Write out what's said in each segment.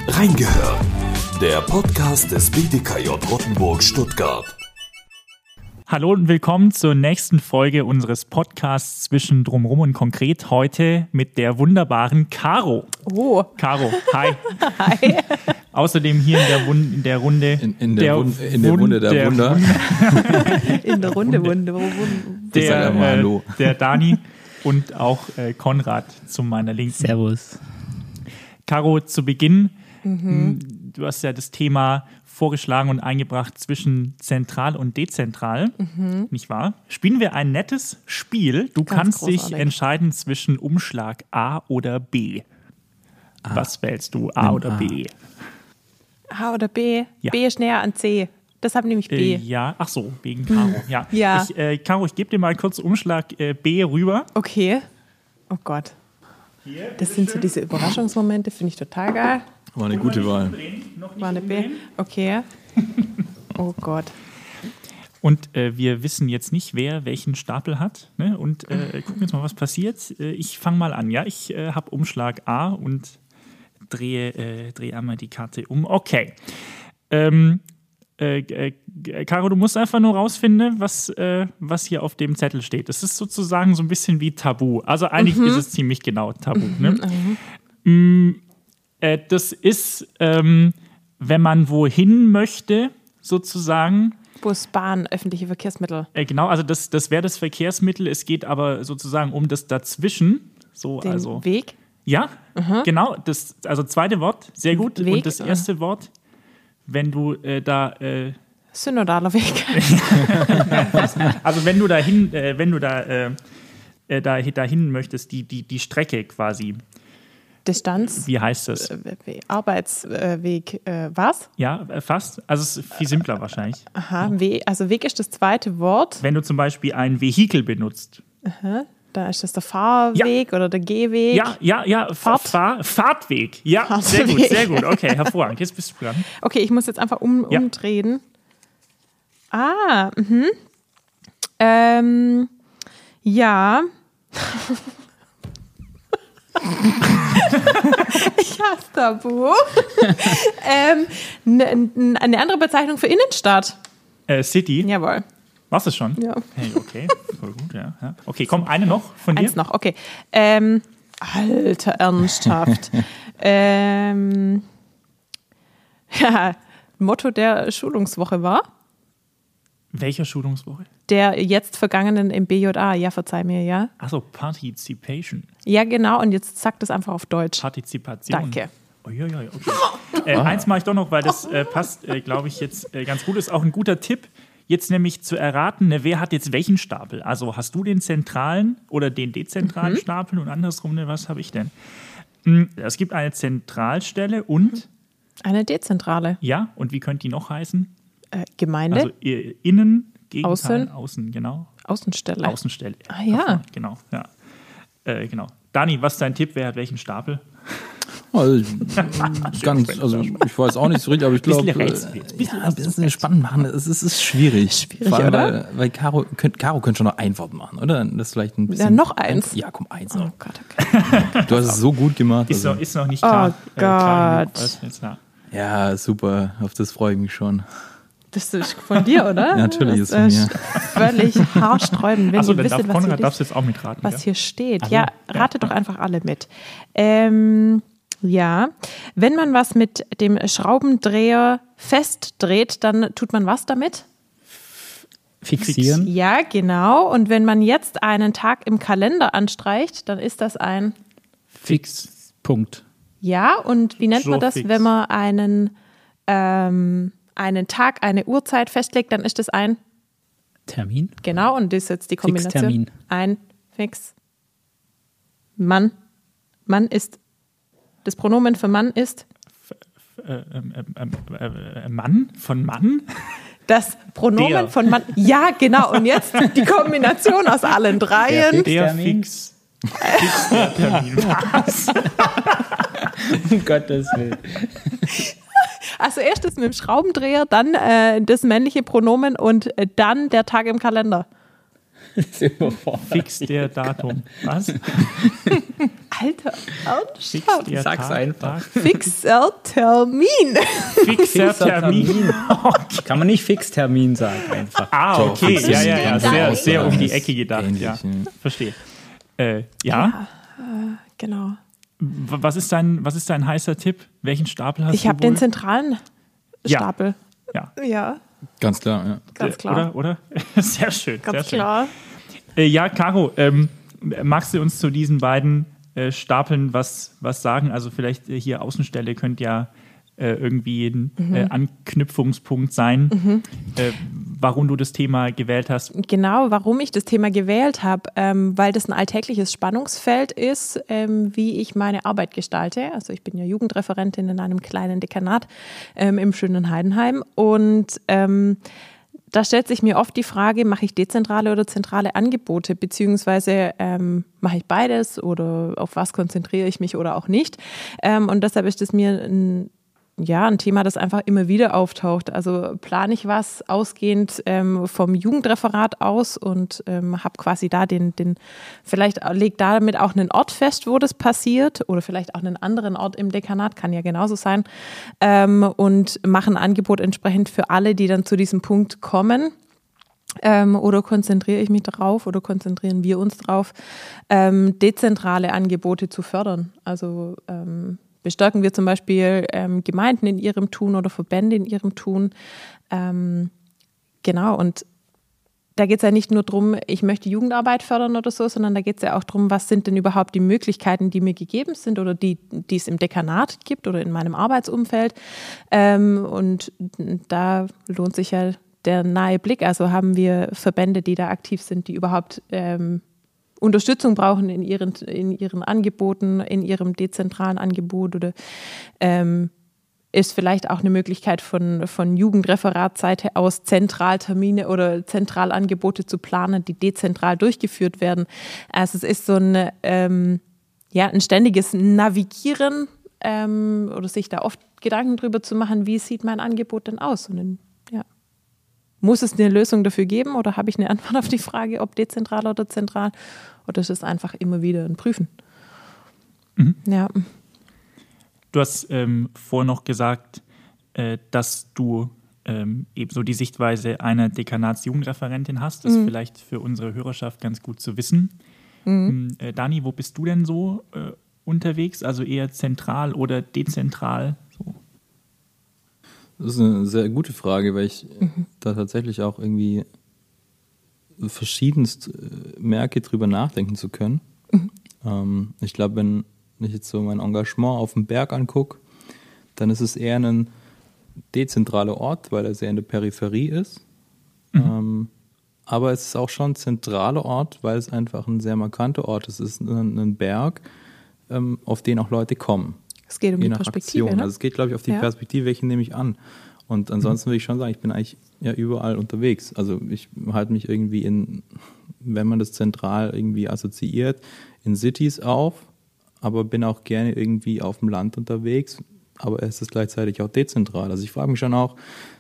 Reingehört, der Podcast des BDKJ Rottenburg Stuttgart. Hallo und willkommen zur nächsten Folge unseres Podcasts zwischen Drumrum und Konkret. Heute mit der wunderbaren Caro. Oh. Caro, hi. Hi. Außerdem hier in der Runde. In der Runde der Wunder. In der Runde. Der Dani und auch Konrad zu meiner Linken. Servus. Caro, zu Beginn, du hast ja das Thema vorgeschlagen und eingebracht zwischen zentral und dezentral, nicht wahr? Spielen wir ein nettes Spiel. Du kannst dich entscheiden zwischen Umschlag A oder B. Was wählst du, A oder B? A oder B? Ja. B ist näher an C. Deshalb nehme ich B. Ja, ach so, wegen Caro. Ja. Ja. Caro, ich gebe dir mal kurz Umschlag B rüber. Okay. Oh Gott. Das sind so diese Überraschungsmomente, finde ich total geil. War eine gute Wahl. War eine B. Okay. Oh Gott. Und wir wissen jetzt nicht, wer welchen Stapel hat. Ne? Und gucken jetzt mal, was passiert. Ich fange mal an. Ja, ich habe Umschlag A und drehe einmal die Karte um. Okay. Caro, du musst einfach nur rausfinden, was hier auf dem Zettel steht. Das ist sozusagen so ein bisschen wie Tabu. Also eigentlich ist es ziemlich genau Tabu. Ne? Das ist, wenn man wohin möchte, sozusagen. Bus, Bahn, öffentliche Verkehrsmittel. Genau, also das wäre das Verkehrsmittel. Es geht aber sozusagen um das Dazwischen. So, Den also, Weg? Ja, genau. Also zweite Wort, sehr gut. Weg, und das erste Wort, wenn du Synodaler Weg. also wenn du dahin möchtest, die Strecke quasi. Distanz. Wie heißt das? Arbeitsweg. Was? Ja, fast. Also es ist viel simpler wahrscheinlich. Aha, also Weg ist das zweite Wort. Wenn du zum Beispiel ein Vehikel benutzt. Da ist das der Fahrweg oder der Gehweg. Ja. Fahrtweg. Ja, Fahrtweg. sehr gut. Okay, hervorragend. Jetzt bist du dran. Okay, ich muss jetzt einfach umdrehen. Ja. Ich hasse Tabu. Eine andere Bezeichnung für Innenstadt. City. Jawohl. Warst du es schon? Ja. Hey, okay, voll gut, ja. Okay, komm, eine noch von dir. Eins noch, okay. Alter, ernsthaft. Motto der Schulungswoche war? Welcher Schulungswoche? Der jetzt vergangenen im BJA. Ja, verzeih mir, ja. Achso, Participation. Ja, genau. Und jetzt sag das einfach auf Deutsch. Partizipation. Danke. Uiuiui, okay. Eins mache ich doch noch, weil das passt, glaube ich, jetzt ganz gut. Ist auch ein guter Tipp, jetzt nämlich zu erraten, wer hat jetzt welchen Stapel. Also hast du den zentralen oder den dezentralen Stapel und andersrum, was habe ich denn? Es gibt eine Zentralstelle und? Eine dezentrale. Ja, und wie könnte die noch heißen? Gemeinde. Also innen, Gegenteil, Außen. außen, genau. Außenstelle. Außenstelle. Ah ja. Genau, ja. Genau. Dani, was ist dein Tipp? Wer hat welchen Stapel? Also ich weiß auch nicht so richtig, aber ich glaube, ein bisschen spannend machen. Es ist schwierig. Vor allem, oder? Weil Caro könnte schon noch ein Wort machen, oder? Das ist vielleicht ein bisschen. Ja, noch eins. Ja, komm, eins Oh noch. Gott, okay. Du hast es so gut gemacht. Ist noch nicht Oh klar. Klar Gott. genug, was jetzt, Ja, super. Auf das freue ich mich schon. Das ist von dir, oder? Ja, natürlich ist das von mir. Völlig haarsträubend, wenn Achso, ihr dann wisst, Konrad darfst du jetzt auch mitraten. was hier steht. Also, Ja, rate doch einfach alle mit. Ja, wenn man was mit dem Schraubendreher festdreht, dann tut man was damit? Fixieren. Ja, genau. Und wenn man jetzt einen Tag im Kalender anstreicht, dann ist das ein... Fix. Punkt. Ja, und wie nennt man das, fix. wenn man einen Tag, eine Uhrzeit festlegt, dann ist das ein... Termin. Genau, und das ist jetzt die Kombination. Fixtermin. Ein Fix. Mann. Mann ist... Das Pronomen für Mann ist... Mann? Von Mann? Das Pronomen Der. von Mann. Ja, genau. Und jetzt die Kombination aus allen dreien. Der Termin. Termin. Was? Um Gottes Willen. Also erst das mit dem Schraubendreher, dann das männliche Pronomen und dann der Tag im Kalender. Fix der Datum. Was? Alter, Sag's einfach. Fixer Termin. Fixer Termin. Okay. Kann man nicht Fixtermin sagen einfach. Okay. So, Ja. Sehr Sehr um die Ecke gedacht. Ähnlich, Ja. ja. Verstehe. Ja. Genau. Was ist dein heißer Tipp? Welchen Stapel hast du? Ich habe den zentralen Stapel. Ja. Ja, Ganz klar, ja. ganz klar. Oder? Sehr schön. Ganz sehr klar. Schön. Ja, Caro, magst du uns zu diesen beiden Stapeln was sagen? Also vielleicht hier Außenstelle könnte ja irgendwie ein Anknüpfungspunkt sein, warum du das Thema gewählt hast. Genau, warum ich das Thema gewählt habe, weil das ein alltägliches Spannungsfeld ist, wie ich meine Arbeit gestalte. Also ich bin ja Jugendreferentin in einem kleinen Dekanat im schönen Heidenheim und da stellt sich mir oft die Frage, mache ich dezentrale oder zentrale Angebote, beziehungsweise mache ich beides oder auf was konzentriere ich mich oder auch nicht. Und deshalb ist es mir ein Thema, das einfach immer wieder auftaucht. Also plane ich was ausgehend vom Jugendreferat aus und habe quasi da vielleicht legt damit auch einen Ort fest, wo das passiert oder vielleicht auch einen anderen Ort im Dekanat, kann ja genauso sein, und mache ein Angebot entsprechend für alle, die dann zu diesem Punkt kommen. Oder konzentriere ich mich darauf oder konzentrieren wir uns darauf, dezentrale Angebote zu fördern. Also bestärken wir zum Beispiel Gemeinden in ihrem Tun oder Verbände in ihrem Tun. Genau, und da geht es ja nicht nur darum, ich möchte Jugendarbeit fördern oder so, sondern da geht es ja auch darum, was sind denn überhaupt die Möglichkeiten, die mir gegeben sind oder die es im Dekanat gibt oder in meinem Arbeitsumfeld. Und da lohnt sich ja der nahe Blick. Also haben wir Verbände, die da aktiv sind, die überhaupt Unterstützung brauchen in ihren Angeboten, in ihrem dezentralen Angebot oder ist vielleicht auch eine Möglichkeit von Jugendreferatseite aus Zentraltermine oder Zentralangebote zu planen, die dezentral durchgeführt werden. Also es ist so ein ständiges Navigieren oder sich da oft Gedanken drüber zu machen, wie sieht mein Angebot denn aus? Und muss es eine Lösung dafür geben oder habe ich eine Antwort auf die Frage, ob dezentral oder zentral? Oder ist es einfach immer wieder ein Prüfen? Ja. Du hast vorher noch gesagt, dass du ebenso die Sichtweise einer Dekanatsjugendreferentin hast. Das ist vielleicht für unsere Hörerschaft ganz gut zu wissen. Dani, wo bist du denn so unterwegs? Also eher zentral oder dezentral? So. Das ist eine sehr gute Frage, weil ich da tatsächlich auch irgendwie verschiedenst merke, drüber nachdenken zu können. Ich glaube, wenn ich jetzt so mein Engagement auf dem Berg angucke, dann ist es eher ein dezentraler Ort, weil er sehr in der Peripherie ist. Aber es ist auch schon ein zentraler Ort, weil es einfach ein sehr markanter Ort ist. Es ist ein Berg, auf den auch Leute kommen. Es geht um die Perspektive, ne? Also es geht, glaube ich, auf die Perspektive, welche nehme ich an. Und ansonsten würde ich schon sagen, ich bin eigentlich überall unterwegs. Also ich halte mich irgendwie wenn man das zentral irgendwie assoziiert, in Cities auf, aber bin auch gerne irgendwie auf dem Land unterwegs, aber es ist gleichzeitig auch dezentral. Also ich frage mich schon auch,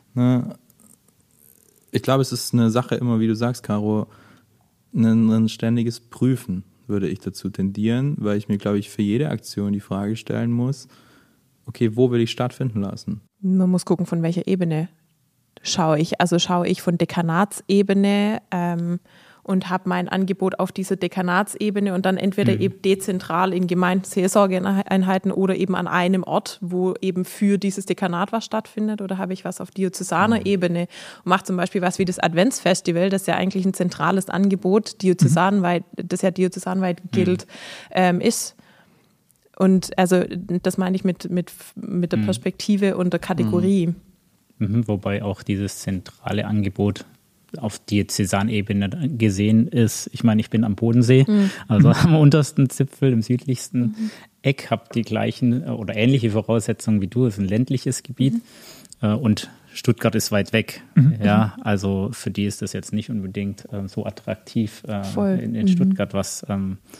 ich glaube, es ist eine Sache immer, wie du sagst, Caro, ein ständiges Prüfen würde ich dazu tendieren, weil ich mir, glaube ich, für jede Aktion die Frage stellen muss, okay, wo will ich stattfinden lassen? Man muss gucken, von welcher Ebene schaue ich. Also schaue ich von Dekanatsebene und habe mein Angebot auf dieser Dekanatsebene und dann entweder eben dezentral in Gemeindeseelsorgeeinheiten oder eben an einem Ort, wo eben für dieses Dekanat was stattfindet, oder habe ich was auf diözesaner Ebene und mache zum Beispiel was wie das Adventsfestival, das ja eigentlich ein zentrales Angebot diözesanweit, das ja diözesanweit gilt, ist. Und also das meine ich mit der Perspektive und der Kategorie. Wobei auch dieses zentrale Angebot auf Diözesanebene gesehen ist. Ich meine, ich bin am Bodensee, also am untersten Zipfel, im südlichsten Eck, habe die gleichen oder ähnliche Voraussetzungen wie du. Es ist ein ländliches Gebiet und Stuttgart ist weit weg. Ja, also für die ist das jetzt nicht unbedingt so attraktiv in Stuttgart.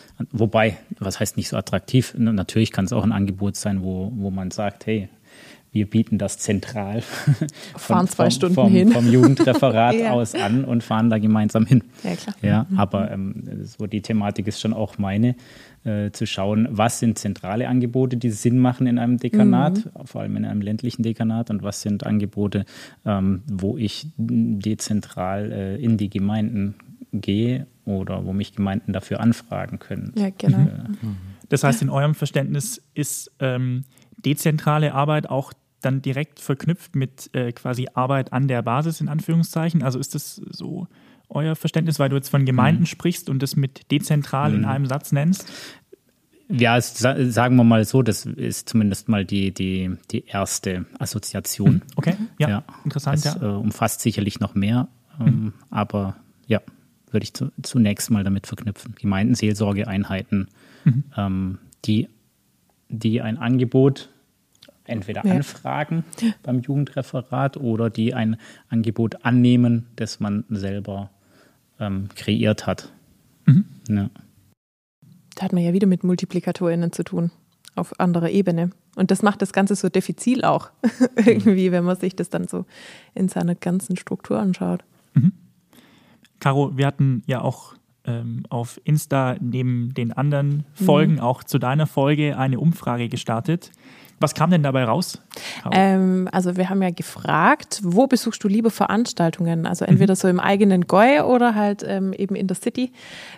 Wobei, was heißt nicht so attraktiv? Natürlich kann es auch ein Angebot sein, wo man sagt, hey, wir bieten das zentral fahren 2 Stunden hin. Vom Jugendreferat Ja. aus an und fahren da gemeinsam hin. Ja, klar. Ja, aber so die Thematik ist schon auch meine, zu schauen, was sind zentrale Angebote, die Sinn machen in einem Dekanat, vor allem in einem ländlichen Dekanat, und was sind Angebote, wo ich dezentral in die Gemeinden gehe oder wo mich Gemeinden dafür anfragen können. Ja, genau. Das heißt, in eurem Verständnis ist dezentrale Arbeit auch dann direkt verknüpft mit quasi Arbeit an der Basis, in Anführungszeichen? Also ist das so euer Verständnis, weil du jetzt von Gemeinden sprichst und das mit dezentral in einem Satz nennst? Ja, sagen wir mal so, das ist zumindest mal die erste Assoziation. Okay, ja. Interessant, das umfasst sicherlich noch mehr, aber ja, würde ich zunächst mal damit verknüpfen. Gemeindenseelsorgeeinheiten, die ein Angebot entweder anfragen beim Jugendreferat oder die ein Angebot annehmen, das man selber kreiert hat. Ja. Da hat man ja wieder mit MultiplikatorInnen zu tun, auf anderer Ebene. Und das macht das Ganze so diffizil auch, irgendwie, wenn man sich das dann so in seiner ganzen Struktur anschaut. Caro, wir hatten ja auch auf Insta neben den anderen Folgen, auch zu deiner Folge, eine Umfrage gestartet. Was kam denn dabei raus? Also wir haben ja gefragt, wo besuchst du lieber Veranstaltungen? Also entweder so im eigenen Goi oder halt eben in der City.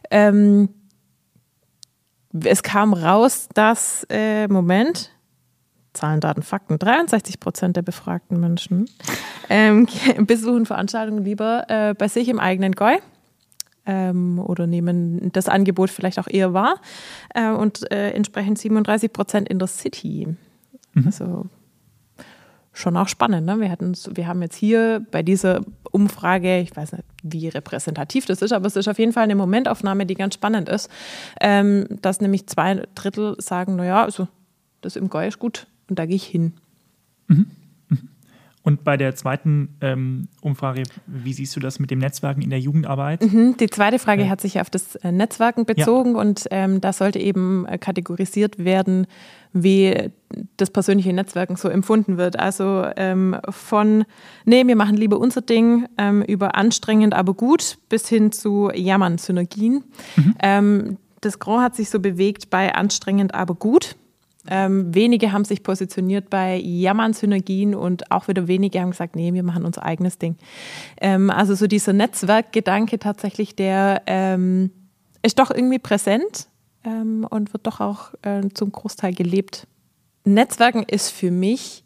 Es kam raus, dass, Zahlen, Daten, Fakten, 63% der befragten Menschen besuchen Veranstaltungen lieber bei sich im eigenen Goi. Oder nehmen das Angebot vielleicht auch eher wahr und entsprechend 37% in der City. Also schon auch spannend. Ne? Wir haben jetzt hier bei dieser Umfrage, ich weiß nicht, wie repräsentativ das ist, aber es ist auf jeden Fall eine Momentaufnahme, die ganz spannend ist, dass nämlich 2/3 sagen, naja, also das im Goi ist gut und da gehe ich hin. Und bei der zweiten Umfrage, wie siehst du das mit dem Netzwerken in der Jugendarbeit? Die zweite Frage hat sich auf das Netzwerken bezogen und da sollte eben kategorisiert werden, wie das persönliche Netzwerken so empfunden wird. Also von, wir machen lieber unser Ding, über anstrengend, aber gut, bis hin zu jammern, Synergien. Das Grand hat sich so bewegt bei anstrengend, aber gut. Wenige haben sich positioniert bei Jammern, Synergien und auch wieder wenige haben gesagt, nee, wir machen unser eigenes Ding. Also so dieser Netzwerkgedanke tatsächlich, der ist doch irgendwie präsent und wird doch auch zum Großteil gelebt. Netzwerken ist für mich,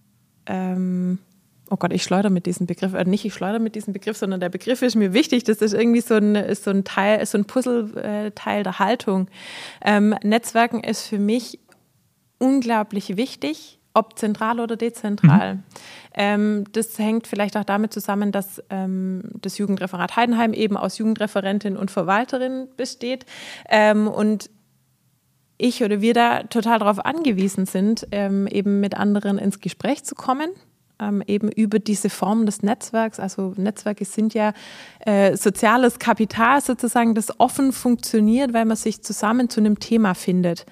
oh Gott, ich schleudere mit diesem Begriff, nicht ich schleudere mit diesem Begriff, sondern der Begriff ist mir wichtig. Das ist irgendwie so ein Teil, so ein Puzzleteil der Haltung. Netzwerken ist für mich unglaublich wichtig, ob zentral oder dezentral. Das hängt vielleicht auch damit zusammen, dass das Jugendreferat Heidenheim eben aus Jugendreferentin und Verwalterin besteht und ich oder wir da total darauf angewiesen sind, eben mit anderen ins Gespräch zu kommen, eben über diese Form des Netzwerks. Also Netzwerke sind ja soziales Kapital sozusagen, das offen funktioniert, weil man sich zusammen zu einem Thema findet.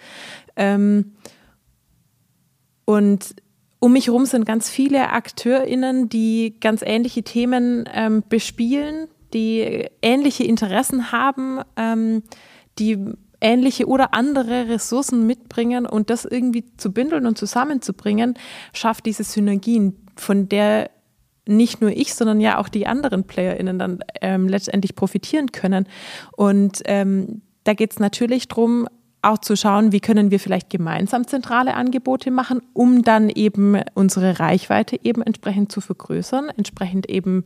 Und um mich herum sind ganz viele AkteurInnen, die ganz ähnliche Themen bespielen, die ähnliche Interessen haben, die ähnliche oder andere Ressourcen mitbringen und das irgendwie zu bündeln und zusammenzubringen, schafft diese Synergien, von der nicht nur ich, sondern ja auch die anderen PlayerInnen dann letztendlich profitieren können. Und da geht es natürlich darum, auch zu schauen, wie können wir vielleicht gemeinsam zentrale Angebote machen, um dann eben unsere Reichweite eben entsprechend zu vergrößern, entsprechend eben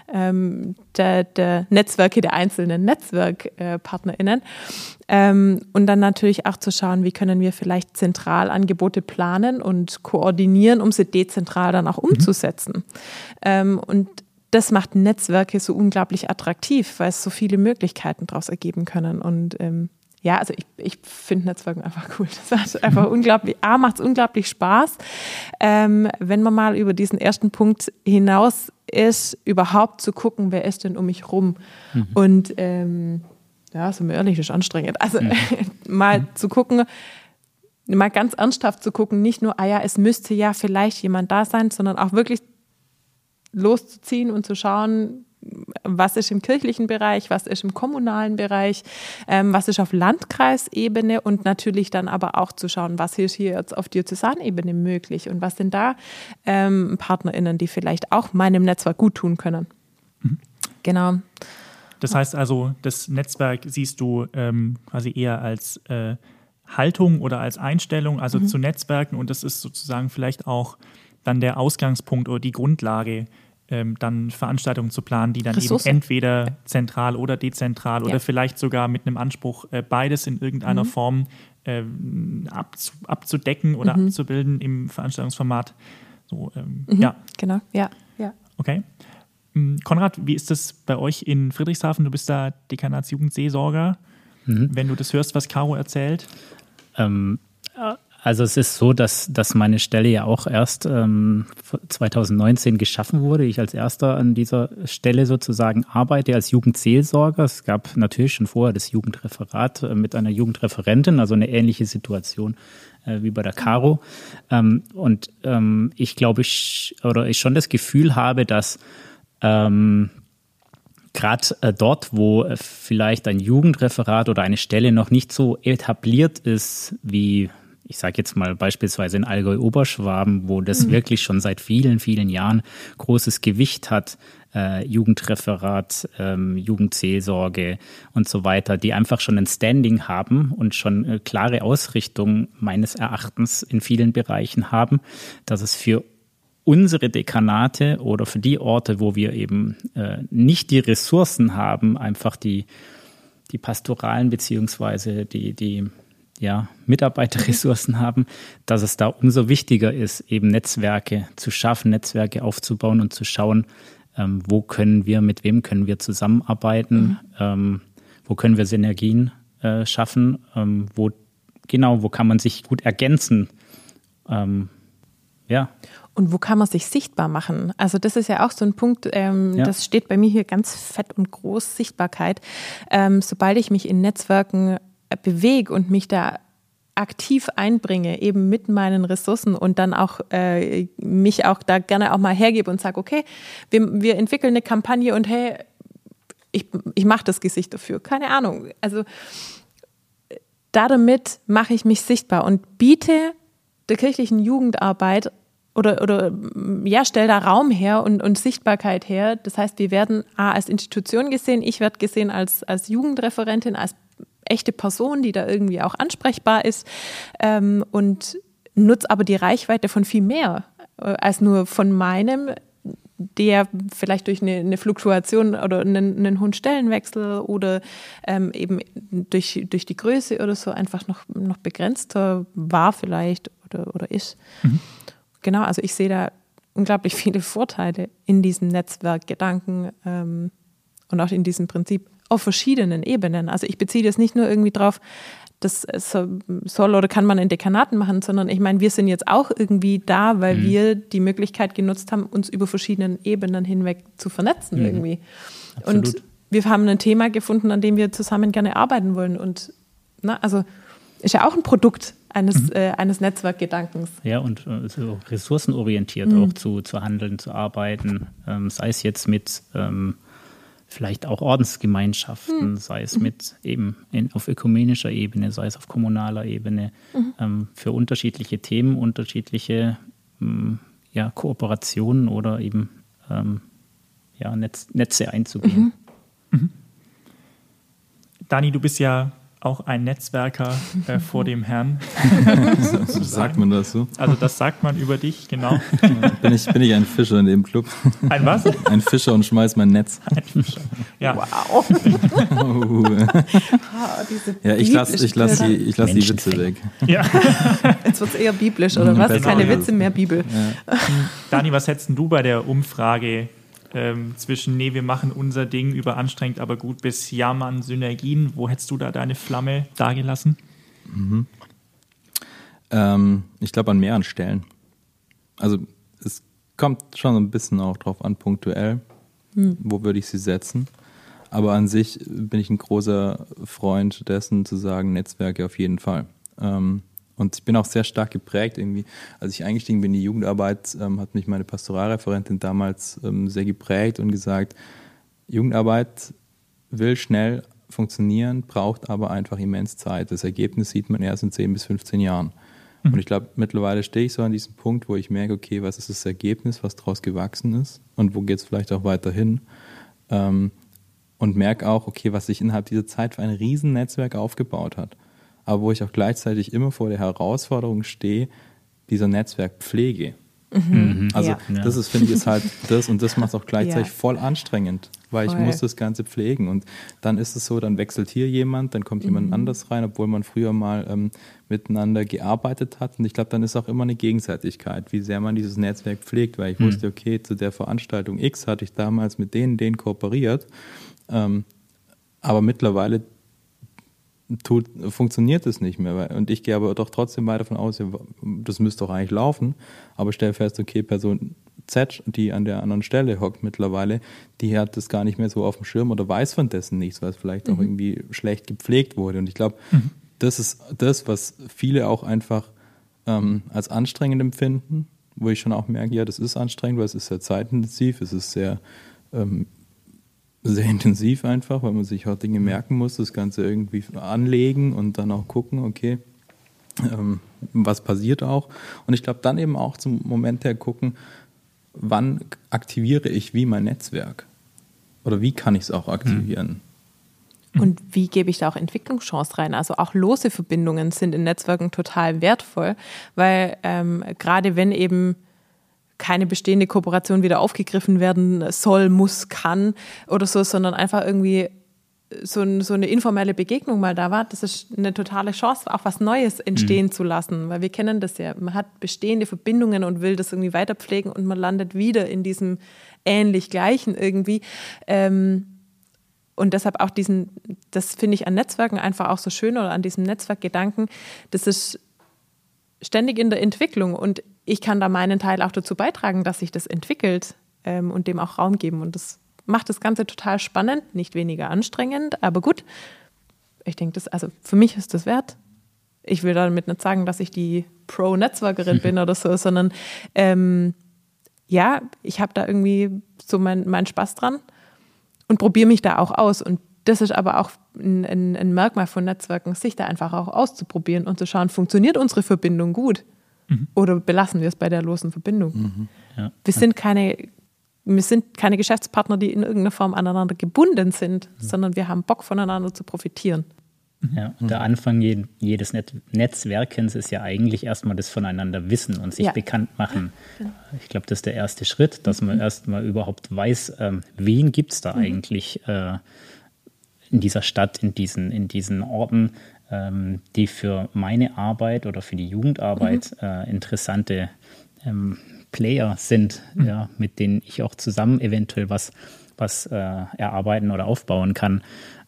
der Netzwerke der einzelnen NetzwerkpartnerInnen und dann natürlich auch zu schauen, wie können wir vielleicht zentral Angebote planen und koordinieren, um sie dezentral dann auch umzusetzen. Und das macht Netzwerke so unglaublich attraktiv, weil es so viele Möglichkeiten daraus ergeben können und ja, also ich finde Netzwerken einfach cool. Das hat einfach macht es unglaublich Spaß, wenn man mal über diesen ersten Punkt hinaus ist, überhaupt zu gucken, wer ist denn um mich rum. Und ja, sind wir ehrlich, das ist anstrengend. Also mal zu gucken, mal ganz ernsthaft zu gucken, nicht nur, es müsste ja vielleicht jemand da sein, sondern auch wirklich loszuziehen und zu schauen, was ist im kirchlichen Bereich, was ist im kommunalen Bereich, was ist auf Landkreisebene und natürlich dann aber auch zu schauen, was ist hier jetzt auf Diözesanebene möglich und was sind da PartnerInnen, die vielleicht auch meinem Netzwerk gut tun können. Mhm. Genau. Das heißt also, das Netzwerk siehst du quasi eher als Haltung oder als Einstellung, also zu Netzwerken, und das ist sozusagen vielleicht auch dann der Ausgangspunkt oder die Grundlage, dann Veranstaltungen zu planen, die dann Ressource. eben entweder zentral oder dezentral oder vielleicht sogar mit einem Anspruch, beides in irgendeiner Form abzudecken oder abzubilden im Veranstaltungsformat. So, ja. Genau, ja. Okay. Konrad, wie ist das bei euch in Friedrichshafen? Du bist da Dekanatsjugendseelsorger. Wenn du das hörst, was Caro erzählt? Also es ist so, dass meine Stelle ja auch erst 2019 geschaffen wurde. Ich als Erster an dieser Stelle sozusagen arbeite als Jugendseelsorger. Es gab natürlich schon vorher das Jugendreferat mit einer Jugendreferentin, also eine ähnliche Situation wie bei der Caro. Ich glaube, ich schon das Gefühl habe, dass gerade dort, wo vielleicht ein Jugendreferat oder eine Stelle noch nicht so etabliert ist wie, ich sage jetzt mal beispielsweise in Allgäu-Oberschwaben, wo das wirklich schon seit vielen, vielen Jahren großes Gewicht hat, Jugendreferat, Jugendseelsorge und so weiter, die einfach schon ein Standing haben und schon klare Ausrichtung meines Erachtens in vielen Bereichen haben, dass es für unsere Dekanate oder für die Orte, wo wir eben nicht die Ressourcen haben, einfach die pastoralen beziehungsweise die Mitarbeiterressourcen haben, dass es da umso wichtiger ist, eben Netzwerke zu schaffen, Netzwerke aufzubauen und zu schauen, mit wem können wir zusammenarbeiten, wo können wir Synergien schaffen, wo kann man sich gut ergänzen, Und wo kann man sich sichtbar machen? Also das ist ja auch so ein Punkt, das steht bei mir hier ganz fett und groß, Sichtbarkeit. Sobald ich mich in Netzwerken bewege und mich da aktiv einbringe, eben mit meinen Ressourcen und dann auch mich auch da gerne auch mal hergebe und sage, okay, wir entwickeln eine Kampagne und hey, ich mache das Gesicht dafür. Keine Ahnung. Also damit mache ich mich sichtbar und biete der kirchlichen Jugendarbeit oder stell da Raum her und Sichtbarkeit her. Das heißt, wir werden als Institution gesehen, ich werde gesehen als Jugendreferentin, als echte Person, die da irgendwie auch ansprechbar ist und nutze aber die Reichweite von viel mehr als nur von meinem, der vielleicht durch eine Fluktuation oder einen hohen Stellenwechsel oder eben durch die Größe oder so einfach noch begrenzter war vielleicht oder ist. Genau, also ich sehe da unglaublich viele Vorteile in diesem Netzwerkgedanken und auch in diesem Prinzip auf verschiedenen Ebenen. Also ich beziehe das nicht nur irgendwie drauf, das soll oder kann man in Dekanaten machen, sondern ich meine, wir sind jetzt auch irgendwie da, weil wir die Möglichkeit genutzt haben, uns über verschiedenen Ebenen hinweg zu vernetzen irgendwie. Absolut. Und wir haben ein Thema gefunden, an dem wir zusammen gerne arbeiten wollen. Und also ist ja auch ein Produkt eines Netzwerkgedankens. Ja, und so ressourcenorientiert auch zu handeln, zu arbeiten, sei es jetzt mit vielleicht auch Ordensgemeinschaften, sei es mit eben auf ökumenischer Ebene, sei es auf kommunaler Ebene, für unterschiedliche Themen, unterschiedliche Kooperationen oder eben Netze einzugehen. Dani, du bist ja auch ein Netzwerker vor dem Herrn. Sagt man das so? Also das sagt man über dich, genau. Bin ich ein Fischer in dem Club? Ein was? Ein Fischer und schmeiß mein Netz. Ein Fischer. Ja. Wow. Ja, ich lass die Witze weg. Ja. Jetzt wird es eher biblisch, oder was? Besser. Keine Witze, mehr Bibel. Ja. Dani, was hättest du bei der Umfrage zwischen, wir machen unser Ding überanstrengend, aber gut, bis Mann, Synergien? Wo hättest du da deine Flamme dagelassen? Ich glaube an mehreren Stellen. Also es kommt schon ein bisschen auch drauf an, punktuell, wo würde ich sie setzen. Aber an sich bin ich ein großer Freund dessen, zu sagen, Netzwerke auf jeden Fall. Und Und ich bin auch sehr stark geprägt irgendwie. Als ich eingestiegen bin in die Jugendarbeit, hat mich meine Pastoralreferentin damals sehr geprägt und gesagt, Jugendarbeit will schnell funktionieren, braucht aber einfach immens Zeit. Das Ergebnis sieht man erst in 10 bis 15 Jahren. Und ich glaube, mittlerweile stehe ich so an diesem Punkt, wo ich merke, okay, was ist das Ergebnis, was daraus gewachsen ist und wo geht es vielleicht auch weiter hin. Und merke auch, okay, was sich innerhalb dieser Zeit für ein Riesennetzwerk aufgebaut hat. Aber wo ich auch gleichzeitig immer vor der Herausforderung stehe, dieser Netzwerkpflege. Also das ist, finde ich, ist halt das und das macht es auch gleichzeitig voll anstrengend, weil ich muss das Ganze pflegen und dann ist es so, dann wechselt hier jemand, dann kommt jemand anders rein, obwohl man früher mal miteinander gearbeitet hat und ich glaube, dann ist auch immer eine Gegenseitigkeit, wie sehr man dieses Netzwerk pflegt, weil ich wusste, okay, zu der Veranstaltung X hatte ich damals mit denen kooperiert, aber mittlerweile funktioniert es nicht mehr. Und ich gehe aber doch trotzdem weiter davon aus, das müsste doch eigentlich laufen. Aber ich stelle fest, okay, Person Z, die an der anderen Stelle hockt mittlerweile, die hat das gar nicht mehr so auf dem Schirm oder weiß von dessen nichts, weil es vielleicht auch irgendwie schlecht gepflegt wurde. Und ich glaube, das ist das, was viele auch einfach als anstrengend empfinden, wo ich schon auch merke, ja, das ist anstrengend, weil es ist sehr zeitintensiv, es ist sehr intensiv einfach, weil man sich auch Dinge merken muss, das Ganze irgendwie anlegen und dann auch gucken, okay, was passiert auch. Und ich glaube, dann eben auch zum Moment her gucken, wann aktiviere ich wie mein Netzwerk? Oder wie kann ich es auch aktivieren? Und wie gebe ich da auch Entwicklungschancen rein? Also auch lose Verbindungen sind in Netzwerken total wertvoll, weil gerade wenn eben keine bestehende Kooperation wieder aufgegriffen werden soll, muss, kann oder so, sondern einfach irgendwie so eine informelle Begegnung mal da war, das ist eine totale Chance, auch was Neues entstehen zu lassen, weil wir kennen das ja, man hat bestehende Verbindungen und will das irgendwie weiter pflegen und man landet wieder in diesem ähnlich Gleichen irgendwie und deshalb auch das finde ich an Netzwerken einfach auch so schön oder an diesem Netzwerkgedanken, das ist ständig in der Entwicklung und ich kann da meinen Teil auch dazu beitragen, dass sich das entwickelt und dem auch Raum geben. Und das macht das Ganze total spannend, nicht weniger anstrengend, aber gut. Ich denke, also für mich ist das wert. Ich will damit nicht sagen, dass ich die Pro-Netzwerkerin bin oder so, sondern ich habe da irgendwie so meinen Spaß dran und probiere mich da auch aus. Und das ist aber auch ein Merkmal von Netzwerken, sich da einfach auch auszuprobieren und zu schauen, funktioniert unsere Verbindung gut? Oder belassen wir es bei der losen Verbindung? Ja. Wir sind keine Geschäftspartner, die in irgendeiner Form aneinander gebunden sind, sondern wir haben Bock, voneinander zu profitieren. Ja, und der Anfang jedes Netzwerkens ist ja eigentlich erstmal das Voneinander wissen und sich bekannt machen. Ich glaube, das ist der erste Schritt, dass man erstmal überhaupt weiß, wen gibt es da eigentlich in dieser Stadt, in diesen Orten, die für meine Arbeit oder für die Jugendarbeit interessante Player sind, mit denen ich auch zusammen eventuell was erarbeiten oder aufbauen kann.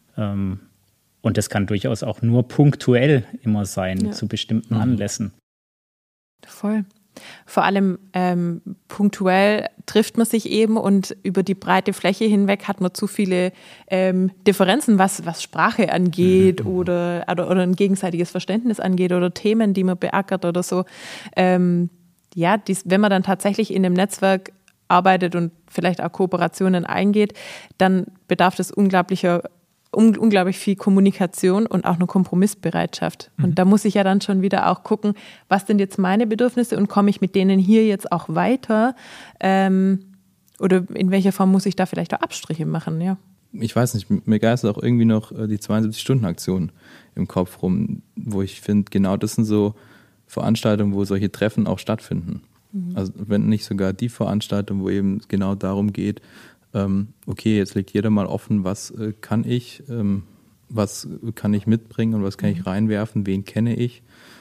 Und das kann durchaus auch nur punktuell immer sein, zu bestimmten Anlässen. Voll. Vor allem punktuell trifft man sich eben und über die breite Fläche hinweg hat man zu viele Differenzen, was Sprache angeht oder ein gegenseitiges Verständnis angeht oder Themen, die man beackert oder so. Wenn man dann tatsächlich in einem Netzwerk arbeitet und vielleicht auch Kooperationen eingeht, dann bedarf das unglaublich viel Kommunikation und auch eine Kompromissbereitschaft. Und da muss ich ja dann schon wieder auch gucken, was sind jetzt meine Bedürfnisse und komme ich mit denen hier jetzt auch weiter? Oder in welcher Form muss ich da vielleicht auch Abstriche machen? Ja. Ich weiß nicht, mir geistert auch irgendwie noch die 72-Stunden-Aktion im Kopf rum, wo ich finde, genau das sind so Veranstaltungen, wo solche Treffen auch stattfinden. Also wenn nicht sogar die Veranstaltung, wo eben genau darum geht, okay, jetzt legt jeder mal offen, was kann ich mitbringen und was kann ich reinwerfen, wen kenne ich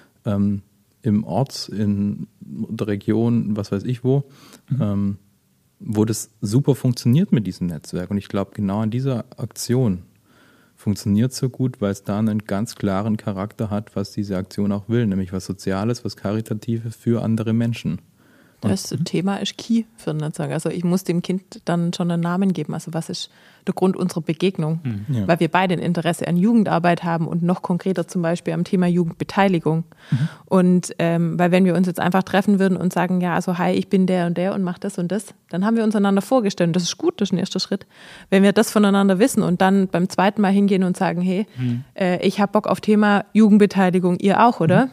im Ort, in der Region, was weiß ich wo das super funktioniert mit diesem Netzwerk. Und ich glaube, genau an dieser Aktion funktioniert so gut, weil es da einen ganz klaren Charakter hat, was diese Aktion auch will, nämlich was Soziales, was Karitatives für andere Menschen. Das Thema ist key für ein Netzwerk. Also ich muss dem Kind dann schon einen Namen geben. Also was ist der Grund unserer Begegnung? Ja. Weil wir beide ein Interesse an Jugendarbeit haben und noch konkreter zum Beispiel am Thema Jugendbeteiligung. Und weil wenn wir uns jetzt einfach treffen würden und sagen, ja, also hi, ich bin der und mache das und das, dann haben wir uns einander vorgestellt. Und das ist gut, das ist ein erster Schritt. Wenn wir das voneinander wissen und dann beim zweiten Mal hingehen und sagen, hey, ich habe Bock auf Thema Jugendbeteiligung, ihr auch, oder?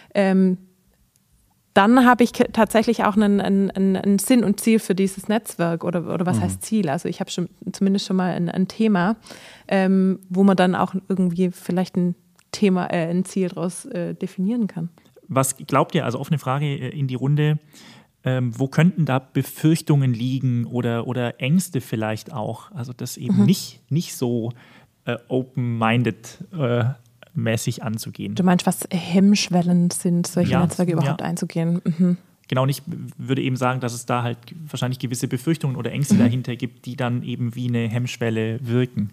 Dann habe ich tatsächlich auch einen Sinn und Ziel für dieses Netzwerk oder was heißt Ziel? Also ich habe zumindest schon mal ein Thema, wo man dann auch irgendwie vielleicht ein Ziel daraus definieren kann. Was glaubt ihr, also offene Frage in die Runde, wo könnten da Befürchtungen liegen oder Ängste vielleicht auch? Also das eben nicht so open-minded mäßig anzugehen. Du meinst, was Hemmschwellen sind, solche Netzwerke überhaupt einzugehen? Genau, und ich würde eben sagen, dass es da halt wahrscheinlich gewisse Befürchtungen oder Ängste dahinter gibt, die dann eben wie eine Hemmschwelle wirken.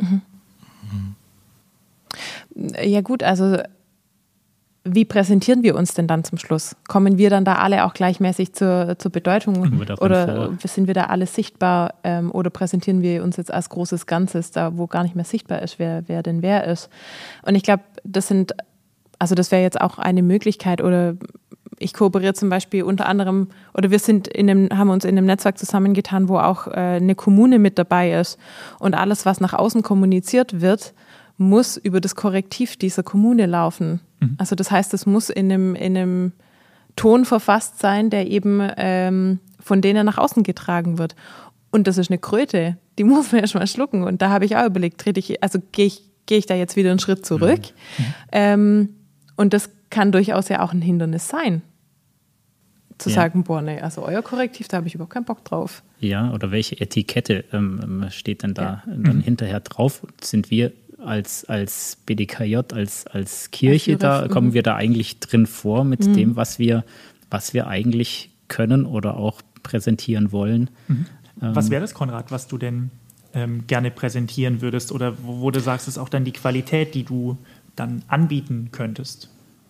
Ja gut, also wie präsentieren wir uns denn dann zum Schluss? Kommen wir dann da alle auch gleichmäßig zur Bedeutung oder sind wir da alle sichtbar oder präsentieren wir uns jetzt als großes Ganzes, da wo gar nicht mehr sichtbar ist, wer denn wer ist? Und ich glaube, das wäre jetzt auch eine Möglichkeit oder ich kooperiere zum Beispiel unter anderem oder wir haben uns in einem Netzwerk zusammengetan, wo auch eine Kommune mit dabei ist und alles, was nach außen kommuniziert wird, muss über das Korrektiv dieser Kommune laufen. Also das heißt, es muss in einem Ton verfasst sein, der eben von denen nach außen getragen wird. Und das ist eine Kröte, die muss man erst mal schlucken. Und da habe ich auch überlegt, gehe ich da jetzt wieder einen Schritt zurück? Und das kann durchaus ja auch ein Hindernis sein. Zu sagen, boah, nee, also euer Korrektiv, da habe ich überhaupt keinen Bock drauf. Ja, oder welche Etikette steht denn da dann hinterher drauf? Sind wir als BDKJ, als Kirche da, kommen wir da eigentlich drin vor mit dem, was wir eigentlich können oder auch präsentieren wollen? Was wäre das, Konrad, was du denn gerne präsentieren würdest oder wo du sagst, ist auch dann die Qualität, die du dann anbieten könntest?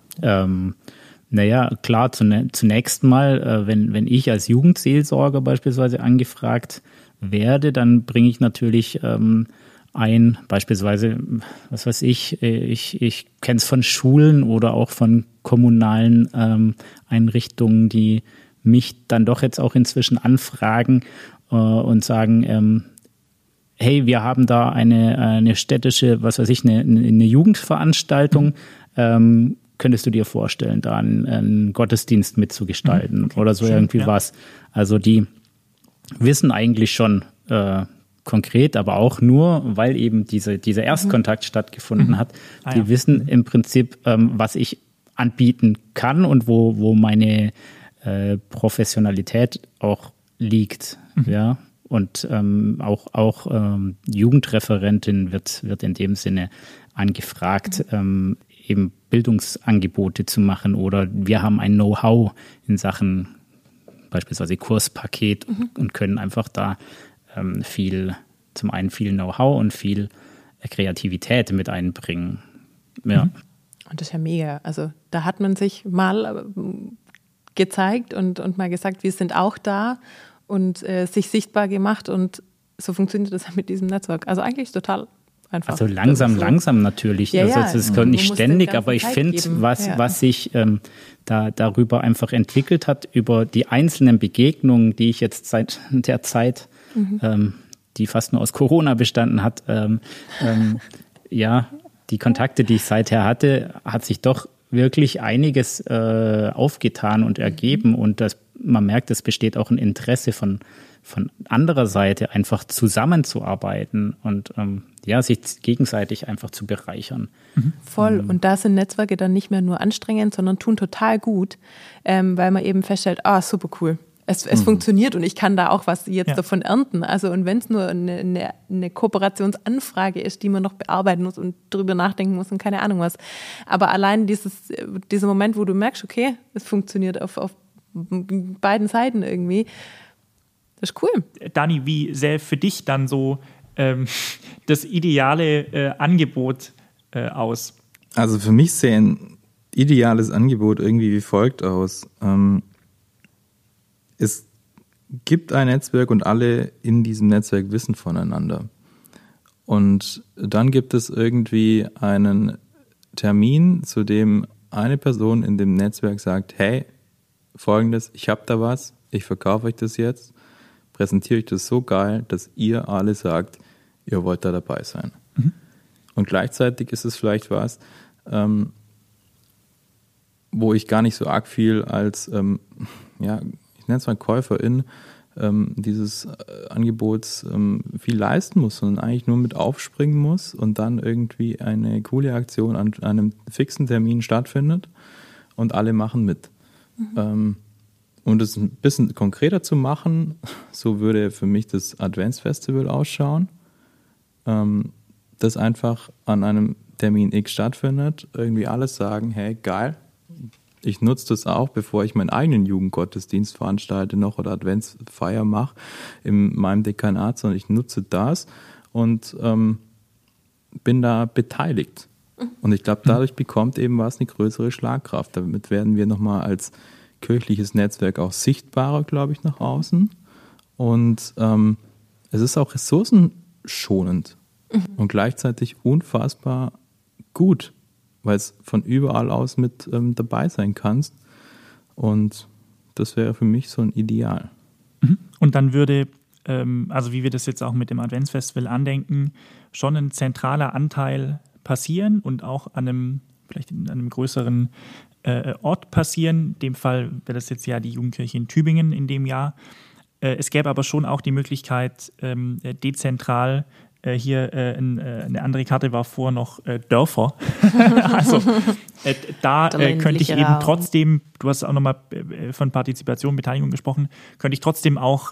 Naja, klar, zunächst mal, wenn ich als Jugendseelsorger beispielsweise angefragt werde, dann bringe ich natürlich beispielsweise, was weiß ich kenne es von Schulen oder auch von kommunalen Einrichtungen, die mich dann doch jetzt auch inzwischen anfragen und sagen, hey, wir haben da eine städtische, was weiß ich, eine Jugendveranstaltung, könntest du dir vorstellen, da einen Gottesdienst mitzugestalten oder so schön, irgendwie was. Also die wissen eigentlich schon konkret, aber auch nur, weil eben dieser Erstkontakt stattgefunden hat. Die wissen im Prinzip, was ich anbieten kann und wo meine Professionalität auch liegt. Ja. Und auch Jugendreferentin wird in dem Sinne angefragt, eben Bildungsangebote zu machen oder wir haben ein Know-how in Sachen beispielsweise Kurspaket und können einfach da zum einen viel Know-how und viel Kreativität mit einbringen. Ja. Und das ist ja mega. Also da hat man sich mal gezeigt und mal gesagt, wir sind auch da und sich sichtbar gemacht und so funktioniert das mit diesem Netzwerk. Also eigentlich total einfach. Also langsam natürlich. Ja, also es kommt nicht ständig, aber ich finde, was sich darüber einfach entwickelt hat, über die einzelnen Begegnungen, die ich jetzt seit der Zeit, die fast nur aus Corona bestanden hat, die Kontakte, die ich seither hatte, hat sich doch wirklich einiges aufgetan und ergeben und man merkt, es besteht auch ein Interesse von anderer Seite, einfach zusammenzuarbeiten und sich gegenseitig einfach zu bereichern. Voll. Und da sind Netzwerke dann nicht mehr nur anstrengend, sondern tun total gut, weil man eben feststellt, super cool. Es funktioniert und ich kann da auch was jetzt davon ernten. Also und wenn es nur eine Kooperationsanfrage ist, die man noch bearbeiten muss und drüber nachdenken muss und keine Ahnung was. Aber allein dieser Moment, wo du merkst, okay, es funktioniert auf beiden Seiten irgendwie, das ist cool. Dani, wie sähe für dich dann so das ideale Angebot aus? Also für mich sähe ein ideales Angebot irgendwie wie folgt aus. es gibt ein Netzwerk und alle in diesem Netzwerk wissen voneinander. Und dann gibt es irgendwie einen Termin, zu dem eine Person in dem Netzwerk sagt, hey, Folgendes, ich habe da was, ich verkaufe euch das jetzt, präsentiere euch das so geil, dass ihr alle sagt, ihr wollt da dabei sein. Mhm. Und gleichzeitig ist es vielleicht was, wo ich gar nicht so arg viel als, ich nenne es mal Käuferin dieses Angebots viel leisten muss, sondern eigentlich nur mit aufspringen muss und dann irgendwie eine coole Aktion an einem fixen Termin stattfindet und alle machen mit. Mhm. Um das ein bisschen konkreter zu machen, so würde für mich das Adventsfestival ausschauen, das einfach an einem Termin X stattfindet, irgendwie alles sagen, hey, geil, ich nutze das auch, bevor ich meinen eigenen Jugendgottesdienst veranstalte noch oder Adventsfeier mache in meinem Dekanat, sondern ich nutze das und bin da beteiligt. Und ich glaube, dadurch bekommt eben was eine größere Schlagkraft. Damit werden wir nochmal als kirchliches Netzwerk auch sichtbarer, glaube ich, nach außen. Und es ist auch ressourcenschonend und gleichzeitig unfassbar gut, weil es von überall aus mit dabei sein kannst. Und das wäre für mich so ein Ideal. Und dann würde, also wie wir das jetzt auch mit dem Adventsfestival andenken, schon ein zentraler Anteil passieren und auch vielleicht an einem größeren Ort passieren. In dem Fall wäre das jetzt ja die Jugendkirche in Tübingen in dem Jahr. Es gäbe aber schon auch die Möglichkeit, dezentral hier eine andere Karte war vor noch Dörfer. Also da könnte ich eben trotzdem, du hast auch nochmal von Partizipation, Beteiligung gesprochen, könnte ich trotzdem auch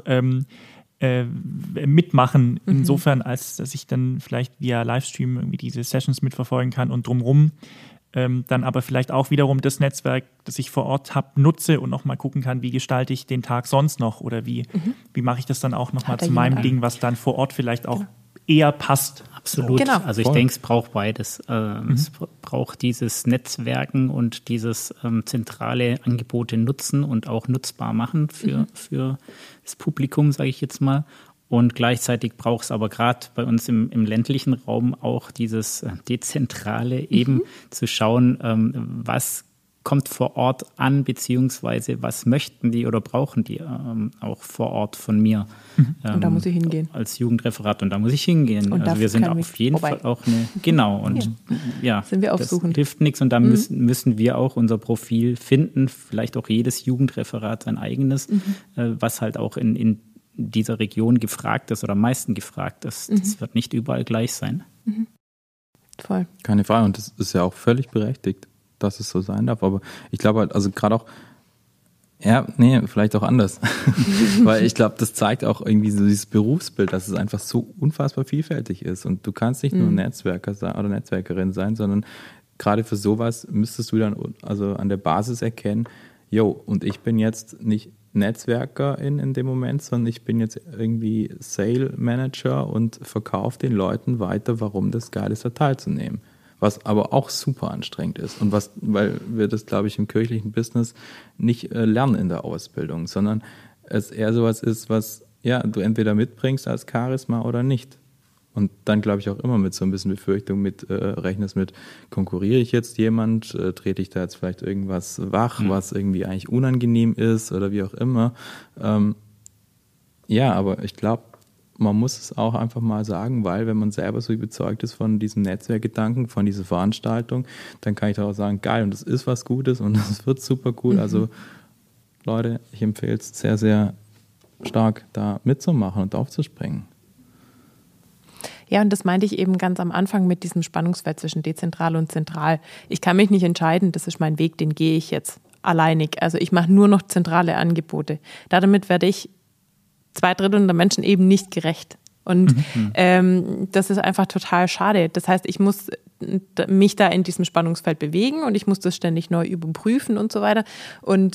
mitmachen, insofern, als dass ich dann vielleicht via Livestream irgendwie diese Sessions mitverfolgen kann und drumherum dann aber vielleicht auch wiederum das Netzwerk, das ich vor Ort habe, nutze und nochmal gucken kann, wie gestalte ich den Tag sonst noch oder wie mache ich das dann auch nochmal zu meinem Ding, was dann vor Ort vielleicht auch eher passt. Absolut. Genau. Also ich denke, es braucht beides. Es braucht dieses Netzwerken und dieses zentrale Angebote nutzen und auch nutzbar machen für das Publikum, sage ich jetzt mal. Und gleichzeitig braucht es aber gerade bei uns im ländlichen Raum auch dieses Dezentrale, eben zu schauen, was kommt vor Ort an, beziehungsweise was möchten die oder brauchen die auch vor Ort von mir. Und da muss ich hingehen. Als Jugendreferat, und da muss ich hingehen. Und also wir sind auf jeden Fall auch sind wir aufsuchen. Das hilft nichts und da müssen wir auch unser Profil finden, vielleicht auch jedes Jugendreferat sein eigenes, was halt auch in dieser Region gefragt ist oder am meisten gefragt ist. Das wird nicht überall gleich sein. Voll. Keine Frage, und das ist ja auch völlig berechtigt, dass es so sein darf, aber ich glaube halt, also gerade auch, vielleicht auch anders, weil ich glaube, das zeigt auch irgendwie so dieses Berufsbild, dass es einfach so unfassbar vielfältig ist und du kannst nicht nur Netzwerker sein oder Netzwerkerin sein, sondern gerade für sowas müsstest du dann also an der Basis erkennen, und ich bin jetzt nicht Netzwerkerin in dem Moment, sondern ich bin jetzt irgendwie Sale Manager und verkaufe den Leuten weiter, warum das geil ist, da teilzunehmen. Was aber auch super anstrengend ist und weil wir das, glaube ich, im kirchlichen Business nicht lernen in der Ausbildung, sondern es eher sowas ist, was du entweder mitbringst als Charisma oder nicht. Und dann, glaube ich, auch immer mit so ein bisschen Befürchtung rechnest mit, konkurriere ich jetzt jemand, trete ich da jetzt vielleicht irgendwas wach, was irgendwie eigentlich unangenehm ist oder wie auch immer. Aber ich glaube, man muss es auch einfach mal sagen, weil wenn man selber so überzeugt ist von diesem Netzwerkgedanken, von dieser Veranstaltung, dann kann ich auch sagen, geil, und das ist was Gutes und das wird super cool. Also Leute, ich empfehle es sehr, sehr stark, da mitzumachen und aufzuspringen. Ja, und das meinte ich eben ganz am Anfang mit diesem Spannungsfeld zwischen dezentral und zentral. Ich kann mich nicht entscheiden, das ist mein Weg, den gehe ich jetzt alleinig. Also ich mache nur noch zentrale Angebote. Damit werde ich 2/3 der Menschen eben nicht gerecht. Und das ist einfach total schade. Das heißt, ich muss mich da in diesem Spannungsfeld bewegen und ich muss das ständig neu überprüfen und so weiter. Und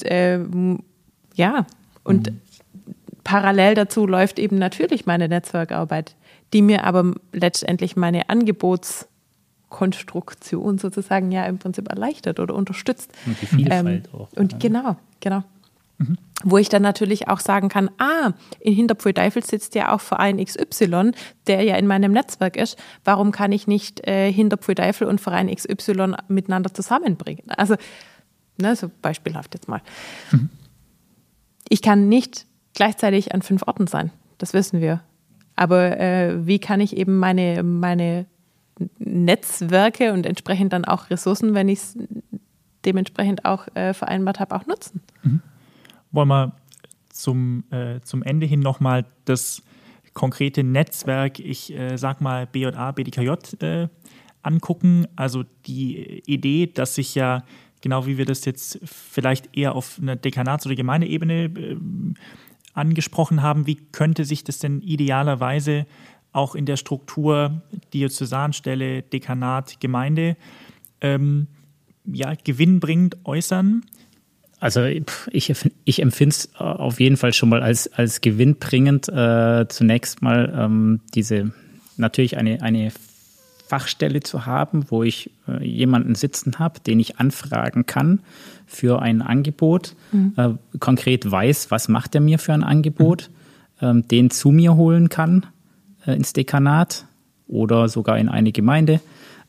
parallel dazu läuft eben natürlich meine Netzwerkarbeit, die mir aber letztendlich meine Angebotskonstruktion sozusagen im Prinzip erleichtert oder unterstützt. Und die Vielfalt auch. Und genau. Wo ich dann natürlich auch sagen kann, in Hinterpfuhlteufel sitzt ja auch Verein XY, der ja in meinem Netzwerk ist. Warum kann ich nicht Hinterpfuhlteufel und Verein XY miteinander zusammenbringen? Also, so beispielhaft jetzt mal. Mhm. Ich kann nicht gleichzeitig an 5 Orten sein, das wissen wir. Aber wie kann ich eben meine Netzwerke und entsprechend dann auch Ressourcen, wenn ich es dementsprechend auch vereinbart habe, auch nutzen? Mhm. Wollen wir zum Ende hin nochmal das konkrete Netzwerk, ich sag mal BJA, BDKJ, angucken. Also die Idee, dass sich ja, genau wie wir das jetzt vielleicht eher auf einer Dekanats- oder Gemeindeebene angesprochen haben, wie könnte sich das denn idealerweise auch in der Struktur Diözesanstelle, Dekanat, Gemeinde gewinnbringend äußern? Also ich empfinde es auf jeden Fall schon mal als gewinnbringend, zunächst mal natürlich eine Fachstelle zu haben, wo ich jemanden sitzen habe, den ich anfragen kann für ein Angebot, konkret weiß, was macht er mir für ein Angebot, den zu mir holen kann ins Dekanat oder sogar in eine Gemeinde.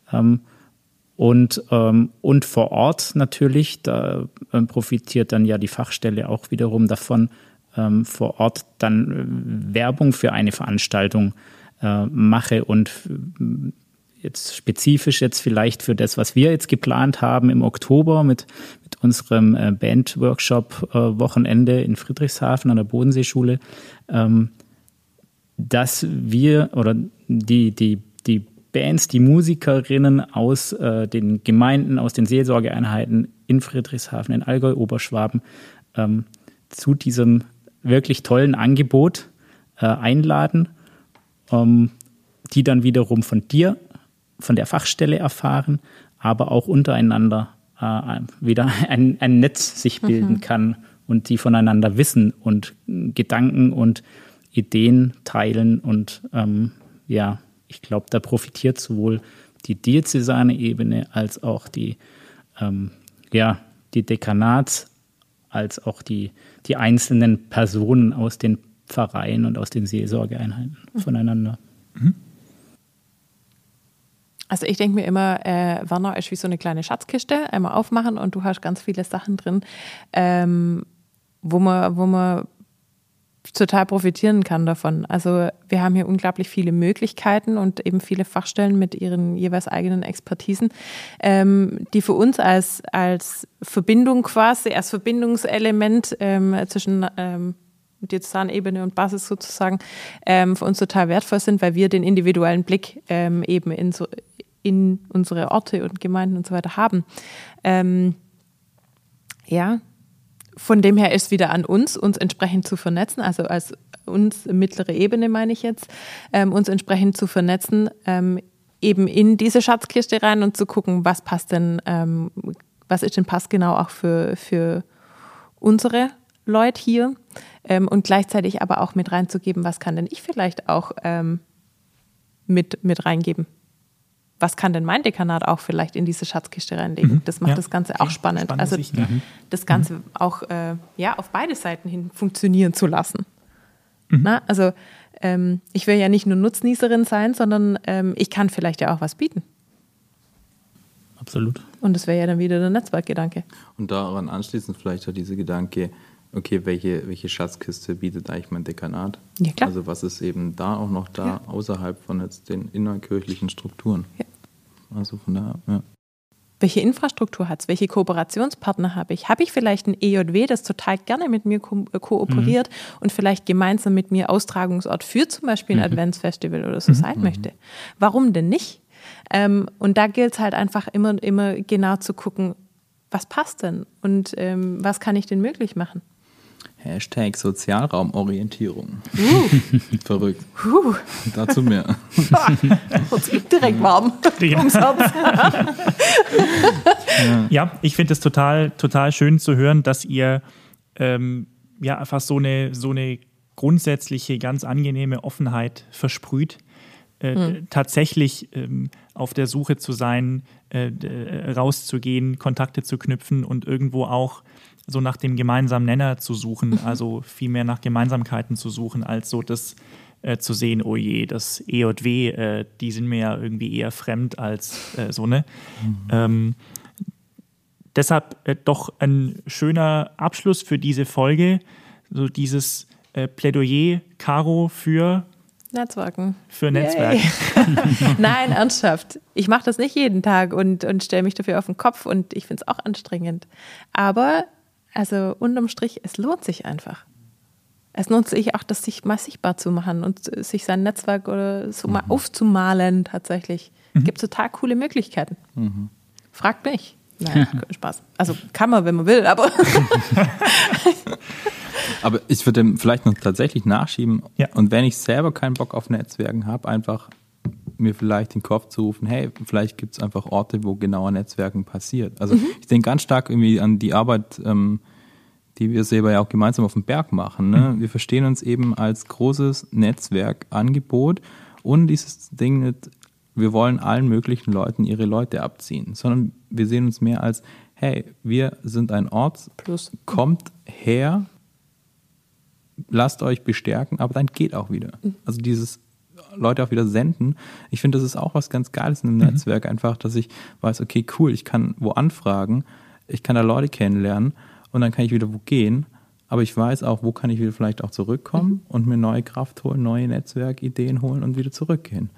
Und vor Ort natürlich, da profitiert dann ja die Fachstelle auch wiederum davon, vor Ort dann Werbung für eine Veranstaltung mache und jetzt spezifisch jetzt vielleicht für das, was wir jetzt geplant haben im Oktober mit unserem Band-Workshop-Wochenende in Friedrichshafen an der Bodenseeschule, dass wir oder die Bands, die Musikerinnen aus den Gemeinden, aus den Seelsorgeeinheiten in Friedrichshafen, in Allgäu, Oberschwaben zu diesem wirklich tollen Angebot einladen, die dann wiederum von dir, von der Fachstelle erfahren, aber auch untereinander wieder ein Netz sich bilden kann und die voneinander wissen und Gedanken und Ideen teilen und ich glaube, da profitiert sowohl die diözesane Ebene als auch die Dekanats, als auch die einzelnen Personen aus den Pfarreien und aus den Seelsorgeeinheiten voneinander. Mhm. Also ich denke mir immer, Werner ist wie so eine kleine Schatzkiste, einmal aufmachen und du hast ganz viele Sachen drin, wo man total profitieren kann davon. Also wir haben hier unglaublich viele Möglichkeiten und eben viele Fachstellen mit ihren jeweils eigenen Expertisen, die für uns als Verbindung quasi, als Verbindungselement zwischen Diözesanebene und Basis sozusagen für uns total wertvoll sind, weil wir den individuellen Blick eben in unsere Orte und Gemeinden und so weiter haben. Von dem her ist wieder an uns entsprechend zu vernetzen, also als uns mittlere Ebene meine ich jetzt, uns entsprechend zu vernetzen, eben in diese Schatzkiste rein und zu gucken, was passt denn, was ist denn passgenau auch für unsere Leute hier und gleichzeitig aber auch mit reinzugeben, was kann denn ich vielleicht auch mit reingeben. Was kann denn mein Dekanat auch vielleicht in diese Schatzkiste reinlegen? Das macht das Ganze auch spannend. Also das Ganze auch auf beide Seiten hin funktionieren zu lassen. Na, also ich will ja nicht nur Nutznießerin sein, sondern ich kann vielleicht ja auch was bieten. Absolut. Und das wäre ja dann wieder der Netzwerkgedanke. Und daran anschließend vielleicht auch dieser Gedanke, okay, welche Schatzkiste bietet eigentlich mein Dekanat? Ja, klar. Also was ist eben da auch noch da, außerhalb von jetzt den innerkirchlichen Strukturen? Ja. Also von daher, ja. Welche Infrastruktur hat es? Welche Kooperationspartner habe ich? Habe ich vielleicht ein EJW, das total gerne mit mir kooperiert und vielleicht gemeinsam mit mir Austragungsort für zum Beispiel ein Adventsfestival oder so sein möchte? Warum denn nicht? Und da gilt es halt einfach immer genau zu gucken, was passt denn und was kann ich denn möglich machen? Hashtag Sozialraumorientierung. Verrückt. Dazu mehr. Uns wird direkt warm ums Herz. Ja, ich finde es total schön zu hören, dass ihr einfach so eine grundsätzliche, ganz angenehme Offenheit versprüht, tatsächlich auf der Suche zu sein, rauszugehen, Kontakte zu knüpfen und irgendwo auch so nach dem gemeinsamen Nenner zu suchen, also viel mehr nach Gemeinsamkeiten zu suchen, als so das zu sehen, oh je, das EJW, die sind mir ja irgendwie eher fremd als so, ne? Deshalb doch ein schöner Abschluss für diese Folge, so dieses Plädoyer, Caro, für Netzwerken. Für Netzwerken. Nein, ernsthaft. Ich mache das nicht jeden Tag und stelle mich dafür auf den Kopf und ich finde es auch anstrengend. Aber, also unterm Strich, es lohnt sich einfach. Es lohnt sich auch, das sich mal sichtbar zu machen und sich sein Netzwerk oder so mal aufzumalen tatsächlich. Es gibt total coole Möglichkeiten. Fragt mich. Nein, Spaß. Also kann man, wenn man will, aber... Aber ich würde vielleicht noch tatsächlich nachschieben, und wenn ich selber keinen Bock auf Netzwerken habe, einfach mir vielleicht den Kopf zu rufen, hey, vielleicht gibt es einfach Orte, wo genauer Netzwerken passiert. Also ich denke ganz stark irgendwie an die Arbeit, die wir selber ja auch gemeinsam auf dem Berg machen. Ne? Wir verstehen uns eben als großes Netzwerkangebot und dieses Ding nicht, wir wollen allen möglichen Leuten ihre Leute abziehen, sondern wir sehen uns mehr als, hey, wir sind ein Ort, kommt her, lasst euch bestärken, aber dann geht auch wieder. Also dieses Leute auch wieder senden. Ich finde, das ist auch was ganz Geiles in einem Netzwerk, einfach, dass ich weiß, okay, cool, ich kann wo anfragen, ich kann da Leute kennenlernen und dann kann ich wieder wo gehen, aber ich weiß auch, wo kann ich wieder vielleicht auch zurückkommen und mir neue Kraft holen, neue Netzwerkideen holen und wieder zurückgehen.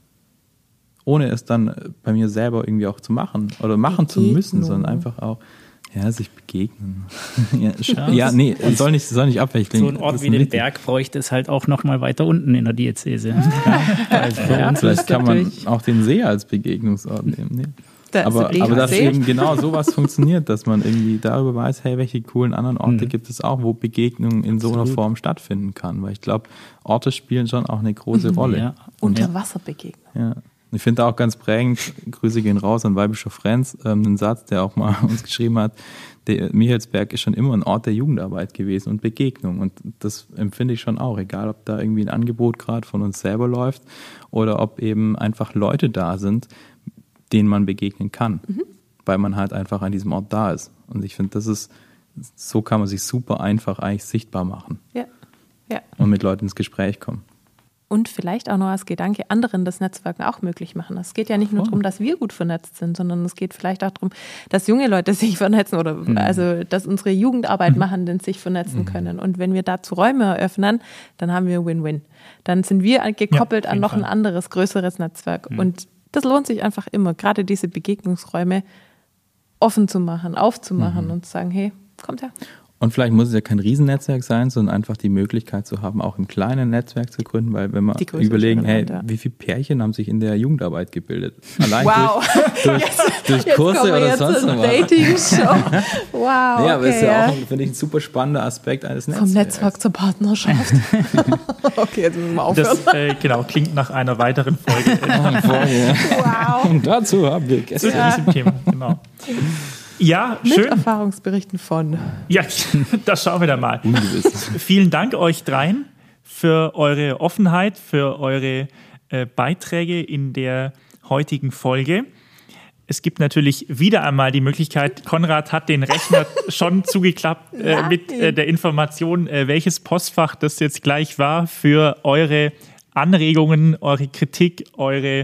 Ohne es dann bei mir selber irgendwie auch zu machen oder machen zu müssen, sondern einfach auch sich begegnen. Nee, soll nicht abwechseln. So ein Ort wie den Berg bräuchte es halt auch noch mal weiter unten in der Diözese. Vielleicht kann man auch den See als Begegnungsort nehmen. Nee. Aber dass eben genau sowas funktioniert, dass man irgendwie darüber weiß, hey, welche coolen anderen Orte gibt es auch, wo Begegnung in so einer Form stattfinden kann. Weil ich glaube, Orte spielen schon auch eine große Rolle. Ja. Unterwasserbegegnung. Ja. Ich finde auch ganz prägend, Grüße gehen raus an Weihbischof Frenz, einen Satz, der auch mal uns geschrieben hat, der Michaelsberg ist schon immer ein Ort der Jugendarbeit gewesen und Begegnung. Und das empfinde ich schon auch, egal ob da irgendwie ein Angebot gerade von uns selber läuft oder ob eben einfach Leute da sind, denen man begegnen kann, weil man halt einfach an diesem Ort da ist. Und ich finde, so kann man sich super einfach eigentlich sichtbar machen. Ja. Und mit Leuten ins Gespräch kommen. Und vielleicht auch noch als Gedanke, anderen das Netzwerken auch möglich machen. Es geht ja nicht nur darum, dass wir gut vernetzt sind, sondern es geht vielleicht auch darum, dass junge Leute sich vernetzen oder also dass unsere Jugendarbeit Machenden sich vernetzen können. Und wenn wir dazu Räume eröffnen, dann haben wir Win-Win. Dann sind wir gekoppelt an noch ein anderes, größeres Netzwerk. Und das lohnt sich einfach immer, gerade diese Begegnungsräume offen zu machen, aufzumachen und zu sagen, hey, kommt her. Und vielleicht muss es ja kein Riesennetzwerk sein, sondern einfach die Möglichkeit zu haben, auch im kleinen Netzwerk zu gründen, weil wenn wir überlegen, hey, wie viele Pärchen haben sich in der Jugendarbeit gebildet? Allein durch Kurse oder sonst was. Dating-Show. Wow. Ja, aber ist ja auch, finde ich, ein super spannender Aspekt eines Netzwerks. Vom Netzwerk zur Partnerschaft. Okay, jetzt müssen wir aufhören. Das klingt nach einer weiteren Folge. Wow. Und dazu haben wir gestern. Zu diesem Thema, genau. Ja, schön. Mit Erfahrungsberichten von. Ja, das schauen wir dann mal. Vielen Dank euch dreien für eure Offenheit, für eure Beiträge in der heutigen Folge. Es gibt natürlich wieder einmal die Möglichkeit, Konrad hat den Rechner schon zugeklappt mit der Information, welches Postfach das jetzt gleich war für eure Anregungen, eure Kritik, eure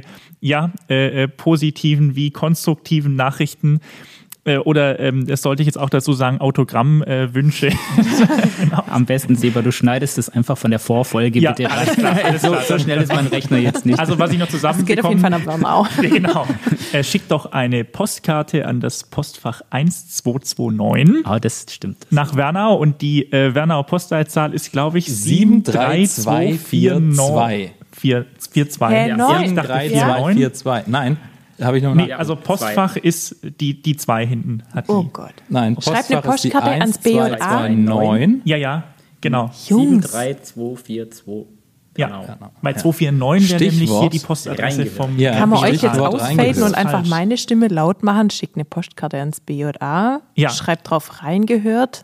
positiven wie konstruktiven Nachrichten. Oder das sollte ich jetzt auch dazu sagen, Autogrammwünsche. Genau. Am besten, Seba, du schneidest es einfach von der Vorfolge bitte rein. Alles klar. So schnell ist mein Rechner jetzt nicht. Also was ich noch zusammenbekomme... Das geht auf jeden Fall nach Bernau. Genau. Schickt doch eine Postkarte an das Postfach 1229. Das stimmt. Nach Wernau und die Wernauer Postleitzahl ist, glaube ich, 73242. 42. Ja, ich dachte 49. Nein. Habe ich noch also Postfach ist die 2 hinten. Oh Gott. Nein, schreibt eine Postkarte ans BJA. 9. Ja, genau. 73242. Genau. Ja, bei 249 wäre nämlich hier die Postadresse vom... Ja, kann man euch jetzt ausfaden und einfach meine Stimme laut machen? Schickt eine Postkarte ans BJA, schreibt drauf reingehört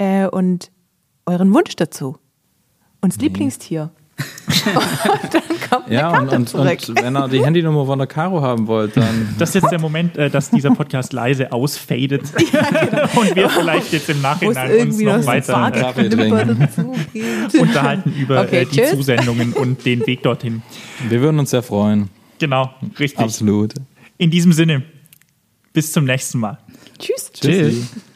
und euren Wunsch dazu. Und das Lieblingstier. Und dann kommt eine Ja, Karte und zurück. wenn ihr die Handynummer von der Caro haben wollt, dann Das ist jetzt der Moment, dass dieser Podcast leise ausfadet und wir vielleicht jetzt im Muss Nachhinein uns irgendwie noch noch so weiter Kaffee Bargeflipper trinken. dazu gibt. unterhalten über Okay, die tschüss. Zusendungen und den Weg dorthin. wir würden uns sehr freuen. Genau, richtig. Absolut. In diesem Sinne, bis zum nächsten Mal. Tschüss. Tschüssi.